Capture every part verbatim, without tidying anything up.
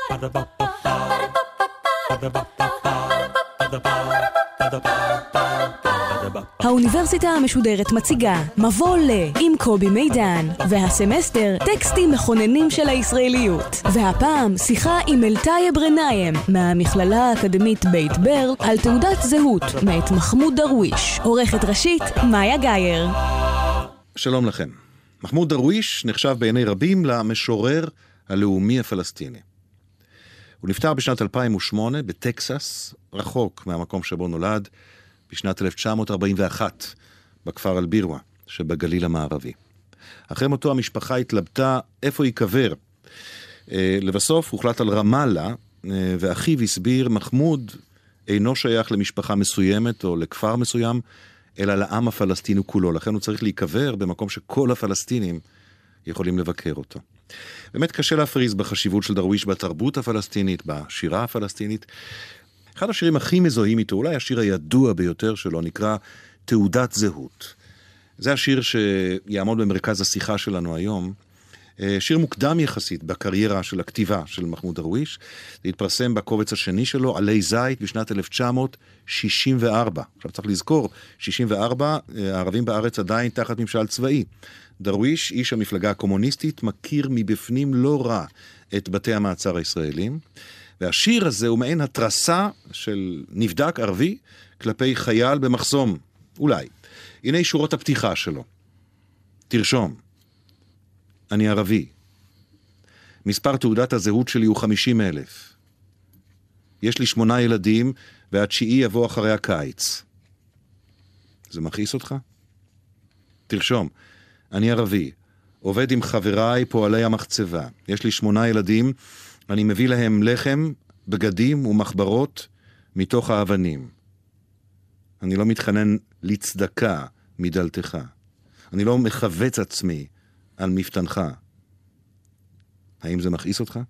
האוניברסיטה המשודרת מציגה מבוא ל עם קובי מידן, והסמסטר טקסטים מכוננים של הישראליות, והפעם שיחה עם אלתאי ברנאיים מהמכללה האקדמית בית ברל על תעודת זהות מאת מחמוד דרוויש. עורכת ראשית מאיה גייר. שלום לכם. מחמוד דרוויש נחשב בעיני רבים למשורר הלאומי הפלסטיני. הוא נפטר בשנת אלפיים ושמונה בטקסס, רחוק מהמקום שבו נולד, בשנת אלף תשע מאות ארבעים ואחת, בכפר אל-בירווה, שבגליל המערבי. אחרי מותו המשפחה התלבטה איפה ייקבר. לבסוף הוחלט על רמאללה, ואחיו הסביר, מחמוד אינו שייך למשפחה מסוימת או לכפר מסוים, אלא לעם הפלסטיני כולו. לכן הוא צריך להיקבר במקום שכל הפלסטינים יכולים לבקר אותו. באמת קשה להפריז בחשיבות של דרוויש בתרבות הפלסטינית, בשירה הפלסטינית. אחד השירים הכי מזוהים איתו, אולי השיר הידוע ביותר שלו, נקרא תעודת זהות. זה השיר שיעמוד במרכז השיחה שלנו היום. שיר מוקדם יחסית בקריירה של הכתיבה של מחמוד דרוויש. זה התפרסם בקובץ השני שלו, עלי זית, בשנת אלף תשע מאות שישים וארבע. עכשיו צריך לזכור, שישים וארבע, הערבים בארץ עדיין תחת ממשל צבאי. דרוויש, איש המפלגה הקומוניסטית, מכיר מבפנים לא רע את בתי המעצר הישראלים. והשיר הזה הוא מעין התרסה של נבדק ערבי כלפי חייל במחסום, אולי. הנה שורות הפתיחה שלו. תרשום. אני ערבי. מספר תעודת הזהות שלי הוא חמישים אלף. יש לי שמונה ילדים, והתשיעי יבוא אחרי הקיץ. זה מכעיס אותך? תרשום. אני ערבי. עובד עם חבריי פועלי המחצבה. יש לי שמונה ילדים, אני מביא להם לחם, בגדים ומחברות מתוך האבנים. אני לא מתחנן לצדקה מדלתך. אני לא מחווץ עצמי על מפתנך. האם זה מכעיס אותך?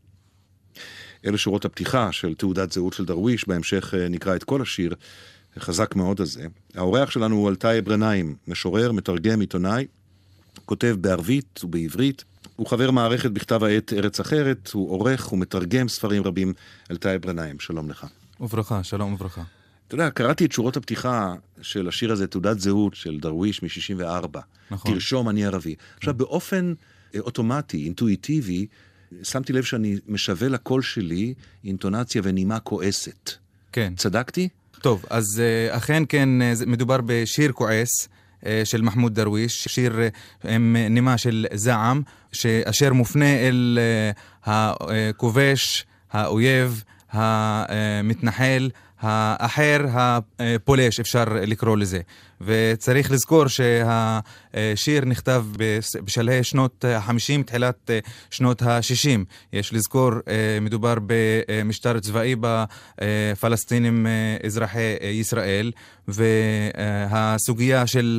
אלה שורות הפתיחה של תעודת זהות של דרוויש, בהמשך נקרא את כל השיר, חזק מאוד הזה. האורח שלנו הוא אלתאי ברנאיים, משורר, מתרגם, עיתונאי, כותב בערבית ובעברית, הוא חבר מערכת בכתב העת ארץ אחרת, הוא עורך ומתרגם ספרים רבים. אלתאי ברנאיים, שלום לך. וברכה, שלום וברכה. אתה יודע, קראתי את שורות הפתיחה של השיר הזה, תעודת זהות של דרוויש מ-שישים וארבע. נכון. תרשום, אני ערבי. עכשיו, באופן אוטומטי, אינטואיטיבי, שמתי לב שאני משווה לקול שלי אינטונציה ונימה כועסת. כן. צדקתי? טוב, אז אכן כן, מדובר בשיר כועס, של מחמוד דרוויש, שיר עם נימה של זעם, אשר מופנה אל הכובש, האויב, המתנחל, האחר, הפולש, אפשר לקרוא לזה. וצריך לזכור שהשיר נכתב בשלהי שנות ה-חמישים, תחילת שנות ה-שישים. יש לזכור, מדובר במשטר צבאי בפלסטינים אזרחי ישראל, והסוגיה של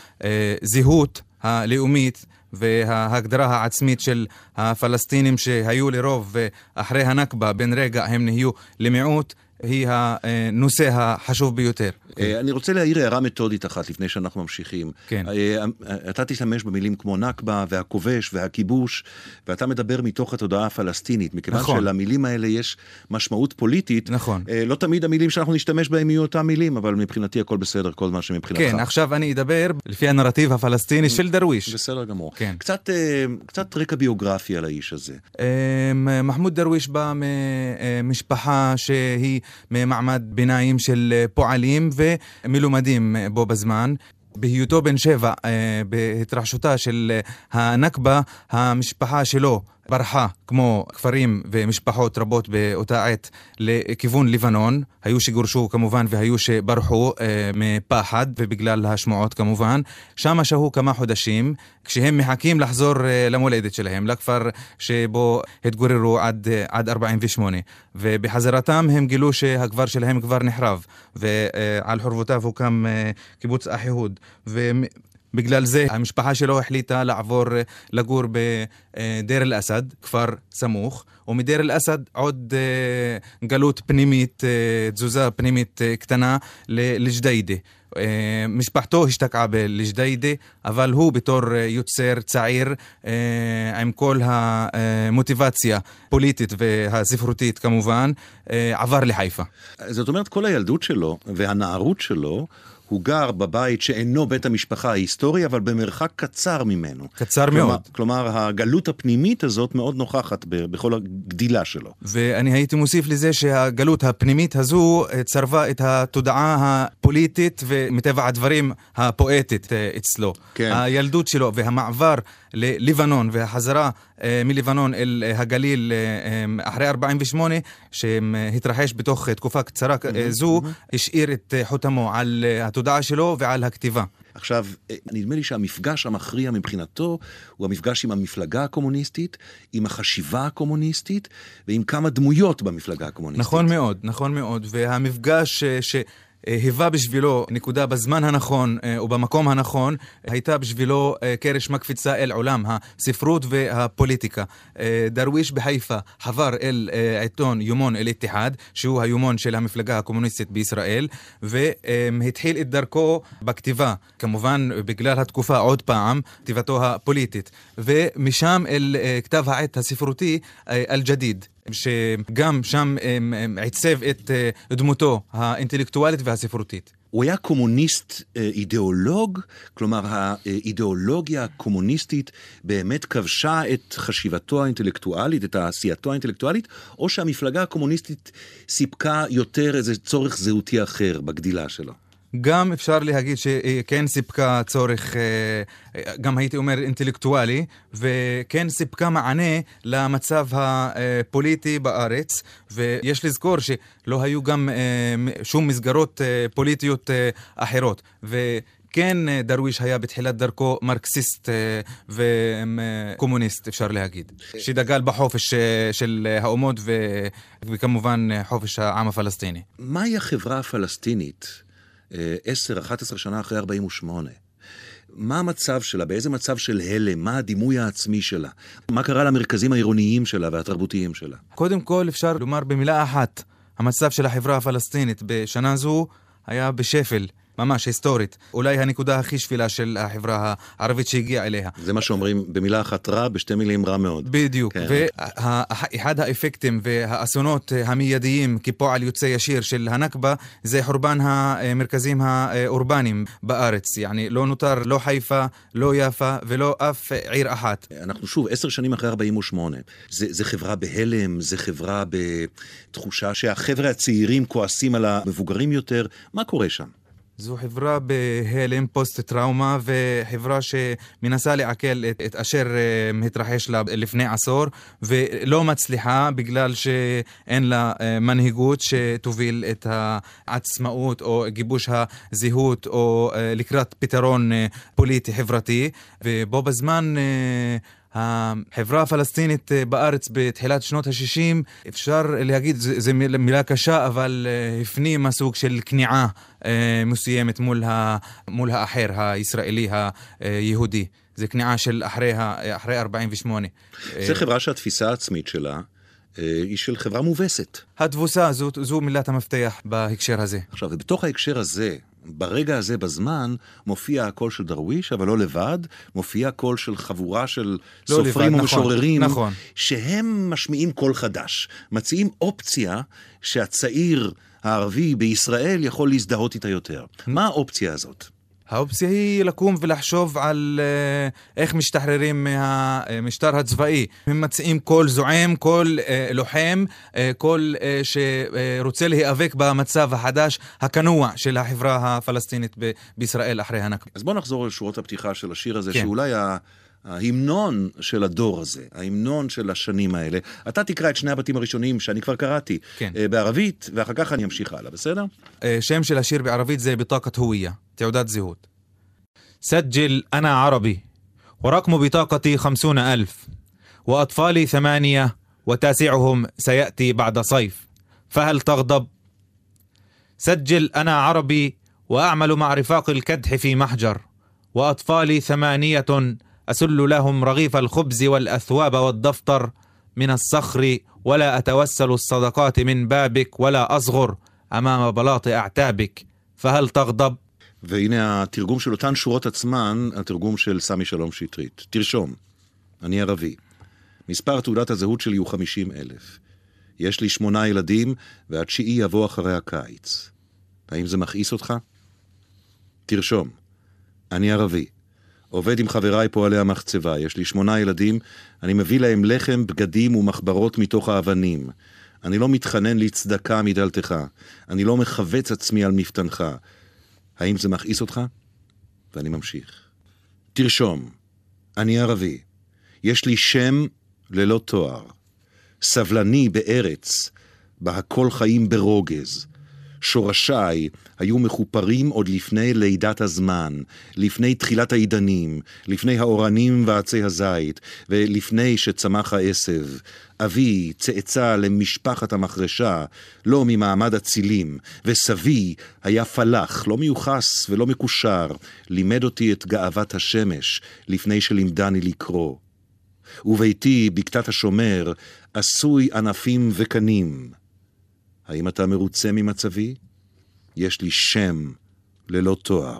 הזהות הלאומית וההגדרה העצמית של הפלסטינים שהיו לרוב אחרי הנכבה, בין רגע הם נהיו למיעוט, היא הנושא החשוב ביותר. אני רוצה להעיר הערה מתודית אחת לפני שאנחנו ממשיכים. כן. אתה תשתמש במילים כמו נכבה והכובש והכיבוש, ואתה מדבר מתוך התודעה הפלסטינית, מכיוון נכון. שלמילים האלה יש משמעות פוליטית. נכון. לא תמיד המילים שאנחנו נשתמש בהם יהיו אותם מילים, אבל מבחינתי הכל בסדר, כל מה שמבחינתך. כן, עכשיו אני אדבר לפי הנרטיב הפלסטיני של דרוויש. בסדר גמור. כן. קצת, קצת רקע ביוגרפי על האיש הזה. מחמוד דרוויש בא ממשפחה שהיא ממעמד ביניים של פועלים ומלומדים בו בזמן. בהיותו בן שבע, בהתרחשותה של הנכבה, המשפחה שלו ברחה, כמו כפרים ומשפחות רבות באותה עת, לכיוון לבנון. היו שגורשו כמובן והיו שברחו מפחד ובגלל השמועות כמובן. שם שהו כמה חודשים, כשהם מחכים לחזור למולדת שלהם, לכפר שבו התגוררו עד, עד ארבעים ושמונה. ובחזרתם הם גילו שהכפר שלהם כבר נחרב, ועל חורבותיו הוקם קיבוץ אחיהוד. ו... בגלל זה המשפחה שלו החליטה לעבור לגור בדיר אל-אסד, כפר סמוך, ומדיר אל-אסד עוד גלות פנימית, תזוזה פנימית קטנה לג'דיידה. משפחתו השתקעה בלג'דיידה, אבל הוא בתור יוצר צעיר עם כל המוטיבציה פוליטית והספרותית כמובן, עבר לחיפה. זאת אומרת, כל הילדות שלו והנערות שלו, הוא גר בבית שאינו בית המשפחה ההיסטורי, אבל במרחק קצר ממנו. קצר כלומר, מאוד. כלומר, הגלות הפנימית הזאת מאוד נוכחת בכל הגדילה שלו. ואני הייתי מוסיף לזה שהגלות הפנימית הזו צרבה את התודעה הפוליטית ומטבע הדברים הפואטית אצלו. כן. הילדות שלו והמעבר ללבנון והחזרה מלבנון אל הגליל אחרי ארבעים ושמונה, שהתרחש בתוך תקופה קצרה זו, השאיר את חותמו על התודעה שלו ועל הכתיבה. עכשיו, נדמה לי שהמפגש המכריע מבחינתו הוא המפגש עם המפלגה הקומוניסטית, עם החשיבה הקומוניסטית ועם כמה דמויות במפלגה הקומוניסטית. נכון מאוד, נכון מאוד. והמפגש ש... היווה בשבילו נקודה בזמן הנכון ובמקום הנכון, הייתה בשבילו קרש מקפיצה אל עולם הספרות והפוליטיקה. דרוויש בחיפה חבר אל עיתון יומון אל-איתיחד, שהוא היומון של המפלגה הקומוניסטית בישראל, והתחיל את דרכו בכתיבה, כמובן בגלל התקופה עוד פעם, כתיבתו הפוליטית, ומשם אל כתב העת הספרותי אל-ג'דיד, שגם שם עיצב את דמותו האינטלקטואלית והספרותית. הוא היה קומוניסט אידיאולוג, כלומר האידיאולוגיה הקומוניסטית באמת כבשה את חשיבתו האינטלקטואלית, את העשייתו האינטלקטואלית, או שהמפלגה הקומוניסטית סיפקה יותר איזה צורך זהותי אחר בגדילה שלו? גם אפשר להגיד שכן סיפקה צורך, גם הייתי אומר אינטלקטואלי, וכן סיפקה מענה למצב הפוליטי בארץ, ויש לזכור שלא היו גם שום מסגרות פוליטיות אחרות, וכן דרוויש היה בתחילת דרכו מרקסיסט וקומוניסט, אפשר להגיד, שדגל בחופש של האומות וכמובן חופש העם הפלסטיני. מהי החברה הפלסטינית עשר, אחת עשרה שנה אחרי ארבעים ושמונה? מה המצב שלה? באיזה מצב של הלם? מה הדימוי העצמי שלה? מה קרה למרכזים העירוניים שלה והתרבותיים שלה? קודם כל אפשר לומר במילה אחת, המצב של החברה הפלסטינית בשנה זו היה בשפל, ממש היסטורית. אולי הנקודה הכי שפילה של החברה הערבית שהגיעה אליה. זה מה שאומרים במילה אחת רע, בשתי מילים רע מאוד. בדיוק. כן. ואחד האפקטים והאסונות המיידיים כפועל יוצא ישיר של הנכבה, זה חורבן המרכזים האורבניים בארץ. yani, לא נותר לא חיפה, לא יפה ולא אף עיר אחת. אנחנו שוב, עשר שנים אחרי ארבעים ושמונה. זה, זה חברה בהלם, זה חברה בתחושה שהחבר'ה הצעירים כועסים על המבוגרים יותר. מה קורה שם? זו חברה בהלם, פוסט-טראומה, וחברה שמנסה לעכל את, את אשר התרחש לה לפני עשור, ולא מצליחה בגלל שאין לה מנהיגות שתוביל את העצמאות או גיבוש הזהות או לקראת פתרון פוליטי-חברתי, ובו בזמן החברה הפלסטינית בארץ בתחילת שנות ה-שישים, אפשר להגיד, זו מילה קשה, אבל הפנימה סוג של כניעה מסוימת מול, ה, מול האחר, הישראלי, היהודי. זה כניעה של אחרי, אחרי ארבעים ושמונה. זה חברה שהתפיסה העצמית שלה היא של חברה מובסת. התבוסה, זו, זו מילת המפתח בהקשר הזה. עכשיו, ובתוך ההקשר הזה, ברגע הזה בזמן, מופיע הקול של דרוויש, אבל לא לבד, מופיע הקול של חבורה של לא סופרים לבד, ומשוררים, נכון, נכון. שהם משמיעים קול חדש, מציעים אופציה שהצעיר הערבי בישראל יכול להזדהות איתה יותר. מה האופציה הזאת? האופציה היא לקום ולחשוב על איך משתחררים מהמשטר הצבאי. הם מציעים כל זועם, כל לוחם, כל שרוצה להיאבק במצב החדש, הכנוע של החברה הפלסטינית בישראל אחרי הנכבה. אז בוא נחזור לשורות הפתיחה של השיר הזה, כן. שאולי ה... ההמנון של הדור הזה, ההמנון של השנים האלה. אתה תקרא את שני הבתים הראשונים שאני כבר קראתי, כן. בערבית, ואחר כך אני אמשיך הלאה, בסדר? שם של השיר בערבית זה בטאקת הוויה, תעודת זהות. سجل أنا عربي ورقم بطاقتي خمسون ألف وأطفالي ثمانية وتاسعهم سيأتي بعد صيف فهل تغضب؟ سجل أنا عربي وأعمل مع رفاق الكدح في محجر وأطفالي ثمانية أسل لهم رغيف الخبز والأثواب والدفتر من الصخر، ولا أتوسل الصدقات من بابك ولا أصغر أمام بلاط أعتابك، فهل تغضب؟ והנה התרגום של אותן שורות עצמן, התרגום של סמי שלום שטרית. תרשום, אני ערבי. מספר תעודת הזהות שלי הוא חמישים אלף. יש לי שמונה ילדים, והתשיעי יבוא אחרי הקיץ. האם זה מכעיס אותך? תרשום, אני ערבי. עובד עם חבריי פועלי המחצבה. יש לי שמונה ילדים, אני מביא להם לחם, בגדים ומחברות מתוך האבנים. אני לא מתחנן לצדקה מדלתך. אני לא מחווץ עצמי על מפתנך. האם זה מכעיס אותך? ואני ממשיך. תרשום, אני ערבי. יש לי שם ללא תואר. סבלני בארץ, בה הכל חיים ברוגז. שורשיי היו מחופרים עוד לפני לידת הזמן, לפני תחילת העידנים, לפני האורנים ועצי הזית, ולפני שצמח העשב. אבי צאצא למשפחת המחרשה, לא ממעמד הצילים, וסבי היה פלח, לא מיוחס ולא מקושר, לימד אותי את גאוות השמש, לפני שלימדני לקרוא. וביתי, בקתת השומר, עשוי ענפים וקנים. האם אתה מרוצה ממצבי? יש לי שם ללא תואר.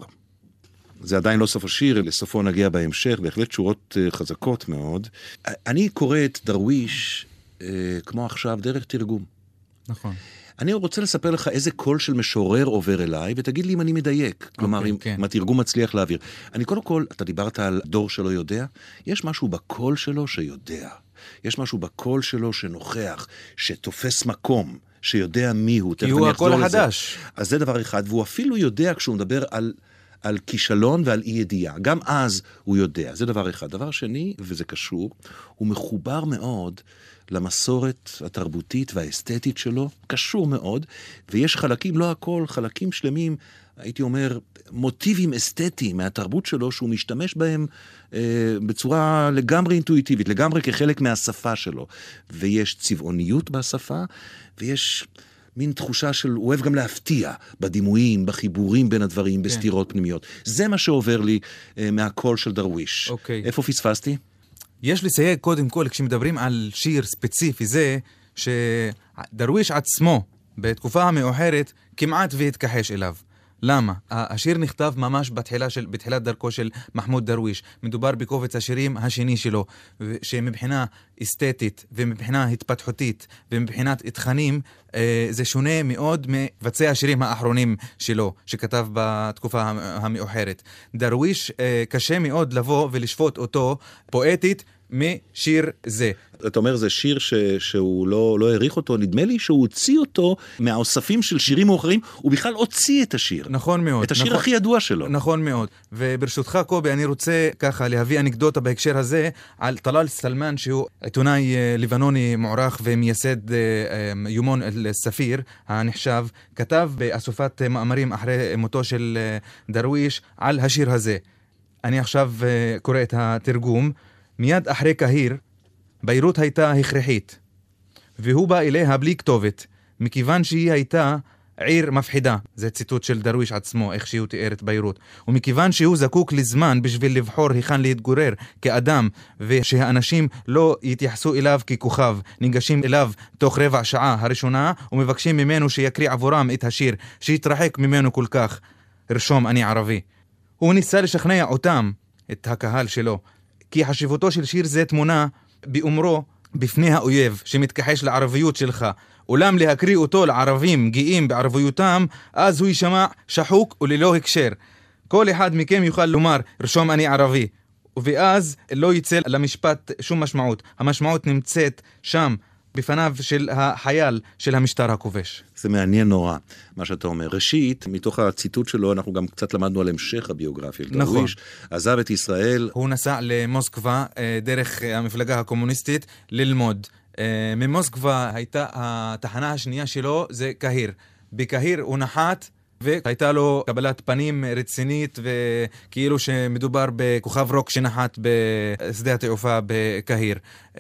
זה עדיין לא סוף השיר, לסופו נגיע בהמשך, בהחלט שורות חזקות מאוד. אני קורא את דרוויש כמו עכשיו דרך תרגום. נכון. אני רוצה לספר לך איזה קול של משורר עובר אליי, ותגיד לי אם אני מדייק. כלומר, אם, אם התרגום מצליח להעביר. אני קודם כל, אתה דיברת על דור שלא יודע, יש משהו בקול שלו שיודע. יש משהו בקול שלו שנוכח, שתופס מקום, שיודע מי הוא. כי הוא הקול החדש. אז זה דבר אחד, והוא אפילו יודע כשהוא מדבר על, על כישלון ועל אי ידיעה. גם אז הוא יודע. זה דבר אחד. דבר שני, וזה קשור, הוא מחובר מאוד למסורת התרבותית והאסתטית שלו, קשור מאוד, ויש חלקים, לא הכל, חלקים שלמים, הייתי אומר, מוטיבים אסתטיים מהתרבות שלו, שהוא משתמש בהם אה, בצורה לגמרי אינטואיטיבית, לגמרי כחלק מהשפה שלו. ויש צבעוניות בשפה, ויש מין תחושה של, הוא אוהב גם להפתיע, בדימויים, בחיבורים בין הדברים, כן. בסתירות פנימיות. זה מה שעובר לי אה, מהקול של דרוויש. אוקיי. איפה פספסתי? יש לסייג קודם כל, כשמדברים על שיר ספציפי זה, שדרוויש עצמו, בתקופה המאוחרת, כמעט והתכחש אליו. למה? השיר נכתב ממש בתחילה של, בתחילת דרכו של מחמוד דרוויש. מדובר בקובץ השירים השני שלו, שמבחינה אסתטית ומבחינה התפתחותית ומבחינת תכנים, זה שונה מאוד מבצע השירים האחרונים שלו, שכתב בתקופה המאוחרת. דרוויש קשה מאוד לבוא ולשפוט אותו פואטית משיר זה. אתה אומר, זה שיר ש... שהוא לא, לא העריך אותו, נדמה לי שהוא הוציא אותו מהאוספים של שירים מאוחרים, הוא בכלל הוציא את השיר. נכון מאוד. את השיר נכון, הכי ידוע שלו. נכון מאוד. וברשותך קובי, אני רוצה ככה להביא אנקדוטה בהקשר הזה, על טלאל סלמן, שהוא עיתונאי לבנוני מוערך ומייסד יומון אל-ספיר, הנחשב, כתב באסופת מאמרים אחרי מותו של דרוויש על השיר הזה. אני עכשיו קורא את התרגום. מיד אחרי קהיר, ביירות הייתה הכרחית, והוא בא אליה בלי כתובת, מכיוון שהיא הייתה עיר מפחידה. זה ציטוט של דרוויש עצמו, איך שהוא תיאר את ביירות. ומכיוון שהוא זקוק לזמן בשביל לבחור היכן להתגורר כאדם, ושהאנשים לא יתייחסו אליו ככוכב, ניגשים אליו תוך רבע שעה הראשונה, ומבקשים ממנו שיקריא עבורם את השיר, שיתרחק ממנו כל כך. רשום, אני ערבי. הוא ניסה לשכנע אותם, את הקהל שלו, כי חשיבותו של שיר זה תמונה באומרו בפני האויב שמתכחש לערביות שלך. אולם להקריא אותו לערבים גאים בערביותם, אז הוא יישמע שחוק וללא הקשר. כל אחד מכם יוכל לומר, רשום אני ערבי, ואז לא יצא למשפט שום משמעות. המשמעות נמצאת שם, בפניו של החייל של המשטר הכובש. זה מעניין נורא, מה שאתה אומר. ראשית, מתוך הציטוט שלו, אנחנו גם קצת למדנו על המשך הביוגרפיה. נכון. דרוויש עזב את ישראל. הוא נסע למוסקבה דרך המפלגה הקומוניסטית ללמוד. ממוסקבה הייתה התחנה השנייה שלו, זה קהיר. בקהיר הוא נחת, והייתה לו קבלת פנים רצינית, וכאילו שמדובר בכוכב רוק שנחת בשדה התעופה בקהיר.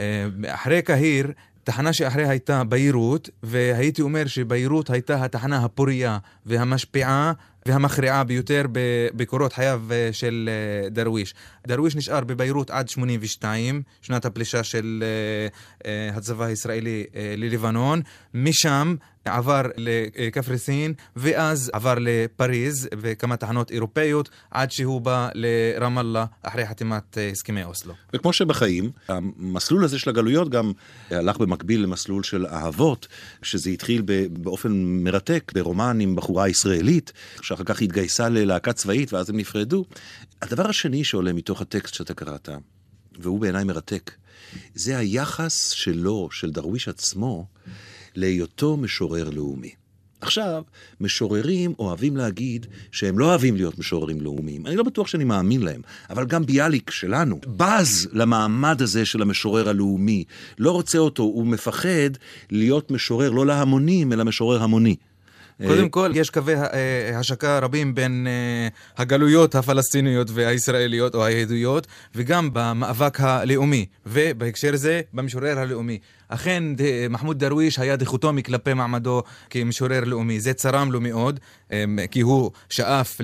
אחרי קהיר, תחנה שאחרי הייתה ביירות, והייתי אומר שביירות הייתה התחנה הפוריה והמשפיעה והמכריעה ביותר בקורות חייו של דרוויש. דרוויש נשאר בביירות עד שמונים ושתיים, שנת הפלישה של הצבא הישראלי ללבנון. משם עבר לקפריסין, ואז עבר לפריז וכמה תחנות אירופאיות, עד שהוא בא לרמאללה אחרי חתימת הסכמי אוסלו. וכמו שבחיים, המסלול הזה של הגלויות גם הלך במקביל למסלול של אהבות, שזה התחיל באופן מרתק ברומן עם בחורה ישראלית, שאחר כך התגייסה ללהקה צבאית, ואז הם נפרדו. הדבר השני שעולה מתוך הטקסט שאתה קראת, והוא בעיניי מרתק, זה היחס שלו, של דרוויש עצמו, להיותו משורר לאומי. עכשיו, משוררים אוהבים להגיד שהם לא אוהבים להיות משוררים לאומיים. אני לא בטוח שאני מאמין להם, אבל גם ביאליק שלנו בז למעמד הזה של המשורר הלאומי. לא רוצה אותו, הוא מפחד להיות משורר לא להמונים, אלא משורר המוני. קודם כל, יש קווי השקה רבים בין הגלויות הפלסטיניות והישראליות או היהודיות, וגם במאבק הלאומי, ובהקשר זה במשורר הלאומי. אכן, מחמוד דרוויש היה דיכוטומי כלפי מעמדו כמשורר לאומי. זה צרם לו מאוד, כי הוא שאף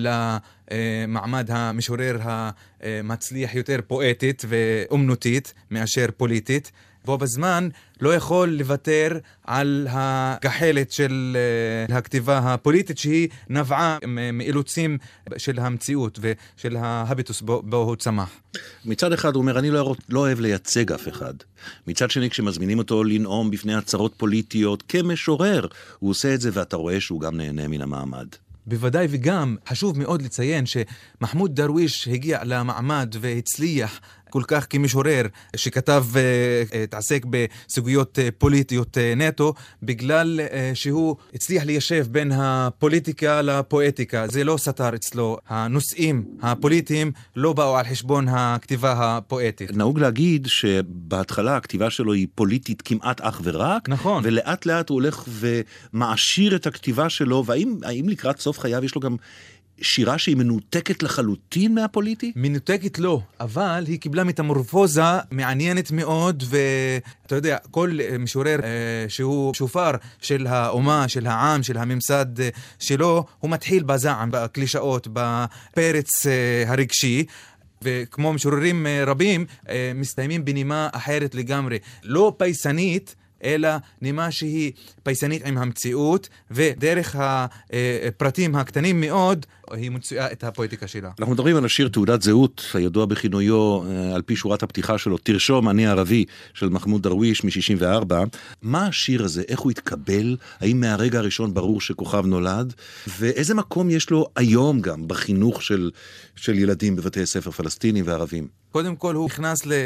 למעמד המשורר המצליח יותר פואטית ואומנותית מאשר פוליטית. בו בזמן לא יכול לוותר על הגחלת של הכתיבה הפוליטית שהיא נבעה מאילוצים של המציאות ושל ההביטוס בו, בו הוא צמח. מצד אחד הוא אומר, אני לא, לא אוהב לייצג אף אחד. מצד שני, כשמזמינים אותו לנאום בפני הצהרות פוליטיות כמשורר, הוא עושה את זה ואתה רואה שהוא גם נהנה מן המעמד. בוודאי, וגם חשוב מאוד לציין שמחמוד דרוויש הגיע למעמד והצליח כל כך כמשורר שכתב, התעסק בסוגיות פוליטיות נטו, בגלל שהוא הצליח ליישב בין הפוליטיקה לפואטיקה. זה לא סתר אצלו. הנושאים הפוליטיים לא באו על חשבון הכתיבה הפואטית. נהוג להגיד שבהתחלה הכתיבה שלו היא פוליטית כמעט אך ורק, נכון. ולאט לאט הוא הולך ומעשיר את הכתיבה שלו, והאם האם לקראת סוף חייו יש לו גם שירה שהיא מנותקת לחלוטין מהפוליטי? מנותקת לא, אבל היא קיבלה מטמורפוזה מעניינת מאוד, ואתה יודע, כל משורר אה, שהוא שופר של האומה, של העם, של הממסד אה, שלו, הוא מתחיל בזעם, בקלישאות, בפרץ אה, הרגשי, וכמו משוררים אה, רבים, אה, מסתיימים בנימה אחרת לגמרי, לא פייסנית, אלא נימה שהיא פייסנית עם המציאות, ודרך הפרטים הקטנים מאוד, היא מוציאה את הפואטיקה שלה. אנחנו מדברים על השיר תעודת זהות, הידוע בכינויו על פי שורת הפתיחה שלו, תרשום אני ערבי, של מחמוד דרוויש מ-שישים וארבע. מה השיר הזה? איך הוא התקבל? האם מהרגע הראשון ברור שכוכב נולד? ואיזה מקום יש לו היום גם בחינוך של, של ילדים בבתי ספר פלסטינים וערבים? קודם כל הוא נכנס ל...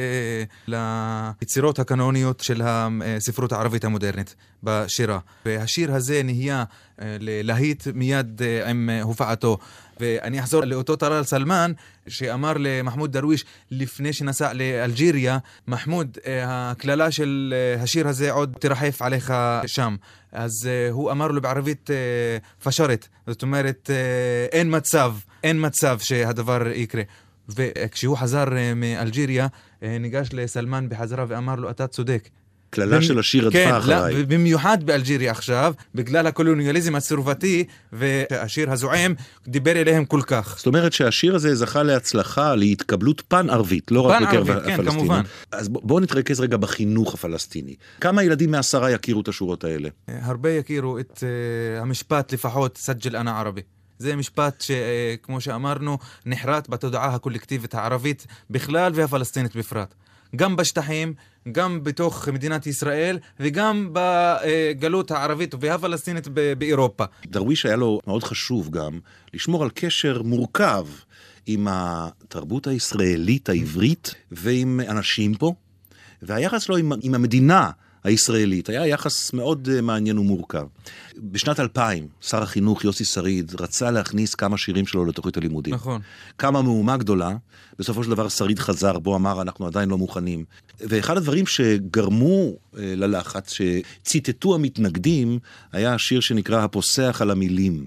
ליצירות הקנוניות של הספרות הערבית המודרנית בשירה. והשיר הזה נהיה להיט מיד עם הופעתו. ואני אחזור לאותו טלאל סלמן, שאמר למחמוד דרוויש לפני שנסע לאלג'יריה, מחמוד, הכללה של השיר הזה עוד תרחף עליך שם. אז הוא אמר לו בערבית פשרת. זאת אומרת, אין מצב, אין מצב שהדבר יקרה. וכשהוא חזר מאלג'יריה, ניגש לסלמן בחזרה ואמר לו, אתה צודק. כללה של השיר הדפה אחריי. כן, במיוחד באלג'יריה עכשיו, בגלל הקולוניאליזם הסרבתי, והשיר הזועם דיבר אליהם כל כך. זאת אומרת שהשיר הזה זכה להצלחה, להתקבלות פן ערבית, לא רק בקרב הפלסטינים. כן, כמובן. אז בואו נתרכז רגע בחינוך הפלסטיני. כמה ילדים מעשרה יכירו את השורות האלה? הרבה יכירו את uh, המשפט לפחות, סג'ל אנה ערבי. זה משפט שכמו שאמרנו, נחרט בתודעה הקולקטיבית הערבית בכלל והפלסטינית בפרט. גם בשטחים, גם בתוך מדינת ישראל, וגם בגלות הערבית והפלסטינית באירופה. דרוויש היה לו מאוד חשוב גם לשמור על קשר מורכב עם התרבות הישראלית העברית ועם אנשים פה, והיחס לו עם, עם המדינה הישראלית היה יחס מאוד מעניין ומורכב. בשנת אלפיים, שר החינוך יוסי שריד רצה להכניס כמה שירים שלו לתוכנית הלימודים. נכון. כמה מהומה גדולה, בסופו של דבר שריד חזר, בו אמר, אנחנו עדיין לא מוכנים. ואחד הדברים שגרמו ללחץ, שציטטו המתנגדים, היה השיר שנקרא הפוסח על המילים.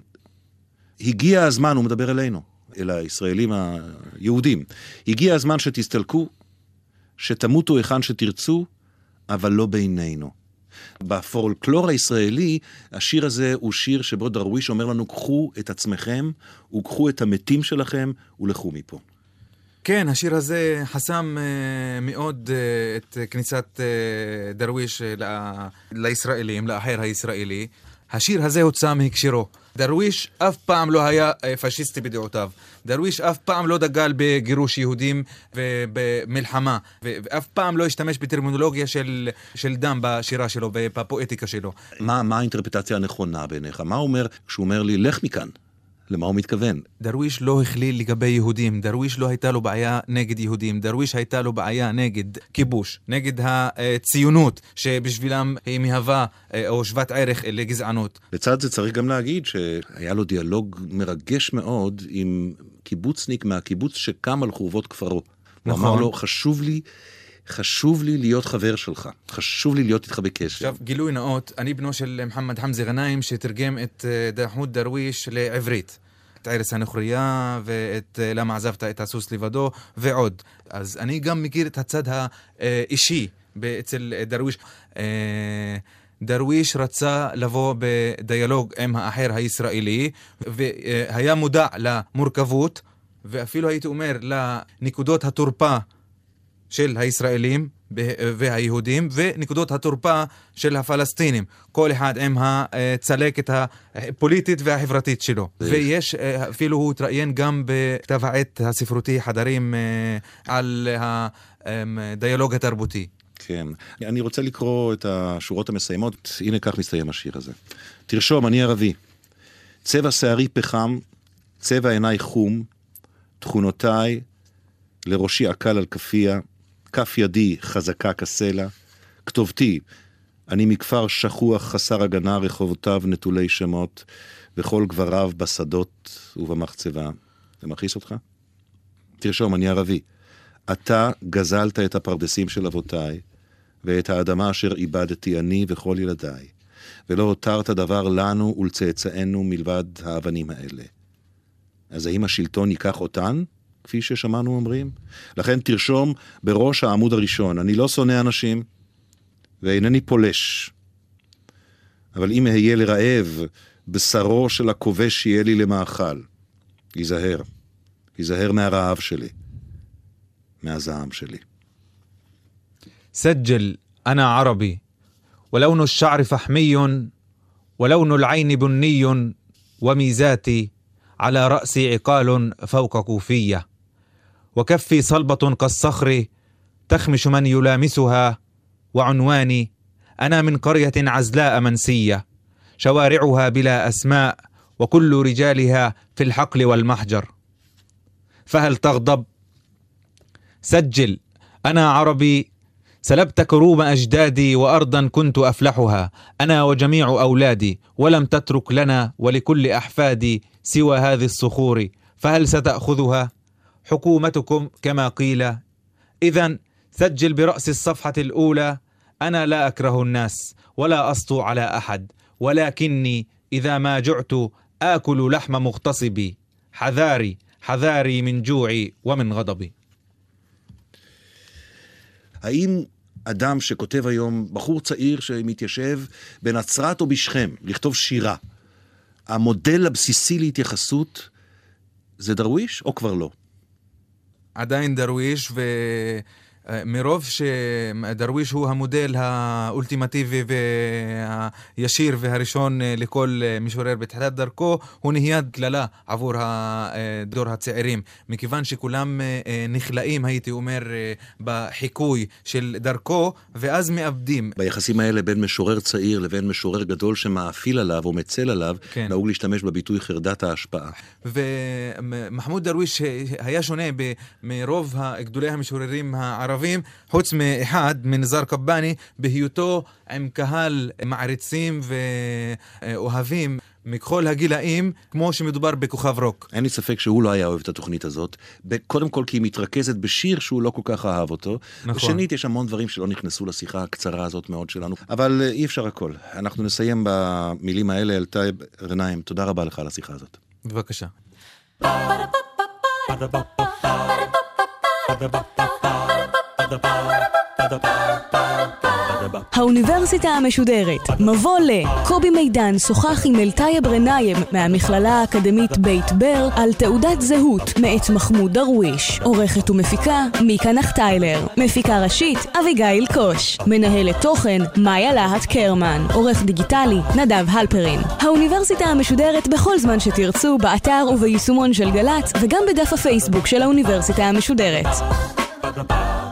הגיע הזמן, הוא מדבר אלינו, אל הישראלים היהודים, הגיע הזמן שתסתלקו, שתמותו היכן שתרצו, אבל לא בינינו. בפולקלור הישראלי, השיר הזה הוא שיר שבו דרוויש אומר לנו, קחו את עצמכם, וקחו את המתים שלכם, ולכו מפה. כן, השיר הזה חסם uh, מאוד uh, את כניסת uh, דרוויש uh, לישראלים, לאחר הישראלי. השיר הזה הוצא מהקשירו. דרוויש אף פעם לא היה uh, פשיסטי בדעותיו. דרוויש אף פעם לא דגל בגירוש יהודים ובמלחמה, ו- ואף פעם לא השתמש בטרמינולוגיה של, של דם בשירה שלו ובפואטיקה שלו. מה, מה האינטרפטציה הנכונה בעיניך? מה הוא אומר כשהוא אומר לי, לך מכאן? למה הוא מתכוון? דרוויש לא הכליל לגבי יהודים, דרוויש לא הייתה לו בעיה נגד יהודים, דרוויש הייתה לו בעיה נגד כיבוש, נגד הציונות שבשבילם היא מהווה או שוות ערך לגזענות. לצד זה צריך גם להגיד שהיה לו דיאלוג מרגש מאוד עם קיבוצניק מהקיבוץ שקם על חורבות כפרו. נכון. הוא אמר לו, חשוב לי, חשוב לי להיות חבר שלך, חשוב לי להיות איתך בקשר. עכשיו, גילוי נאות, אני בנו של מוחמד חמזה גנאים שתרגם את מחמוד דרוויש לעברית. את ערש הנוכריה ואת למה עזבת את הסוס לבדו ועוד. אז אני גם מכיר את הצד האישי אצל דרוויש. דרוויש רצה לבוא בדיאלוג עם האחר הישראלי והיה מודע למורכבות ואפילו הייתי אומר לנקודות התורפה של הישראלים והיהודים ונקודות התורפה של הפלסטינים, כל אחד עם הצלקת הפוליטית והחברתית שלו. ויש, אפילו הוא התראיין גם בכתב העת הספרותי חדרים על הדיאלוג התרבותי. כן, אני רוצה לקרוא את השורות המסיימות, הנה כך מסתיים השיר הזה. תרשום, אני ערבי, צבע שערי פחם, צבע עיניי חום, תכונותיי לראשי עקל על כפיה, כף ידי חזקה כסלע, כתובתי, אני מכפר שכוח חסר הגנה, רחובותיו נטולי שמות, וכל גבריו בשדות ובמחצבה. זה מכעיס אותך? תרשום, אני ערבי. אתה גזלת את הפרדסים של אבותיי, ואת האדמה אשר איבדתי אני וכל ילדיי, ולא הותרת דבר לנו ולצאצאינו מלבד האבנים האלה. אז האם השלטון ייקח אותן? כפי ששמענו אומרים. לכן תרשום בראש העמוד הראשון, אני לא שונא אנשים, ואינני פולש. אבל אם אהיה לרעב, בשרו של הכובש יהיה לי למאכל. ייזהר. ייזהר מהרעב שלי. מהזעם שלי. سجل أنا عربي ولون الشعر فحمي ولون العين بني وميزاتي على رأسي عقال فوق كوفية وكفي صلبة كالصخر تخمش من يلامسها وعنواني أنا من قرية عزلاء منسية شوارعها بلا أسماء وكل رجالها في الحقل والمحجر فهل تغضب؟ سجل أنا عربي سلبت كروم أجدادي وأرضا كنت أفلحها أنا وجميع أولادي ولم تترك لنا ولكل أحفادي سوى هذه الصخور فهل ستأخذها حكومتكم كما قيل إذن سجل برأس الصفحة الأولى أنا لا أكره الناس ولا أسطو على أحد ولكني إذا ما جعت آكل لحم مغتصبي حذاري حذاري من جوعي ومن غضبي. האם אדם שכותב היום, בחור צעיר שמתיישב בנצרת או בשכם, לכתוב שירה, המודל הבסיסי להתייחסות זה דרוויש או כבר לא? עדיין דרוויש, ומרוב שדרוויש הוא המודל האולטימטיבי והישיר והראשון לכל משורר בתחילת דרכו, הוא נהיה דללה עבור הדור הצעירים, מכיוון שכולם נכלאים, הייתי אומר, בחיקוי של דרכו, ואז מאבדים. ביחסים האלה בין משורר צעיר לבין משורר גדול שמאפיל עליו או מצל עליו, כן. נהוג להשתמש בביטוי חרדת ההשפעה. ומחמוד דרוויש היה שונה מרוב גדולי המשוררים הערבים, חוץ מאחד, מנזר קבאני, בהיותו עם קהל מעריצים ואוהבים מכל הגילאים, כמו שמדובר בכוכב רוק. אין לי ספק שהוא לא היה אוהב את התוכנית הזאת, קודם כל כי היא מתרכזת בשיר שהוא לא כל כך אהב אותו, נכון. ושנית יש המון דברים שלא נכנסו לשיחה הקצרה הזאת מאוד שלנו, אבל אי אפשר הכל. אנחנו נסיים במילים האלה. אלתאי גנאים, תודה רבה לך על השיחה הזאת. בבקשה. Ba-da-ba-ba-ba האוניברסיטה המשודרת, מבוא ל... קובי מידן שוחח עם אלטייב רנאיים מהמכללה האקדמית בית בר על תעודת זהות מאת מחמוד דרוויש. עורכת ומפיקה מיקה נחטיילר. מפיקה ראשית אביגיל קוש. מנהלת תוכן מאיה להט קרמן. עורך דיגיטלי נדב הלפרין. האוניברסיטה המשודרת בכל זמן שתרצו, באתר וביישומון של גל"צ וגם בדף הפייסבוק של האוניברסיטה המשודרת.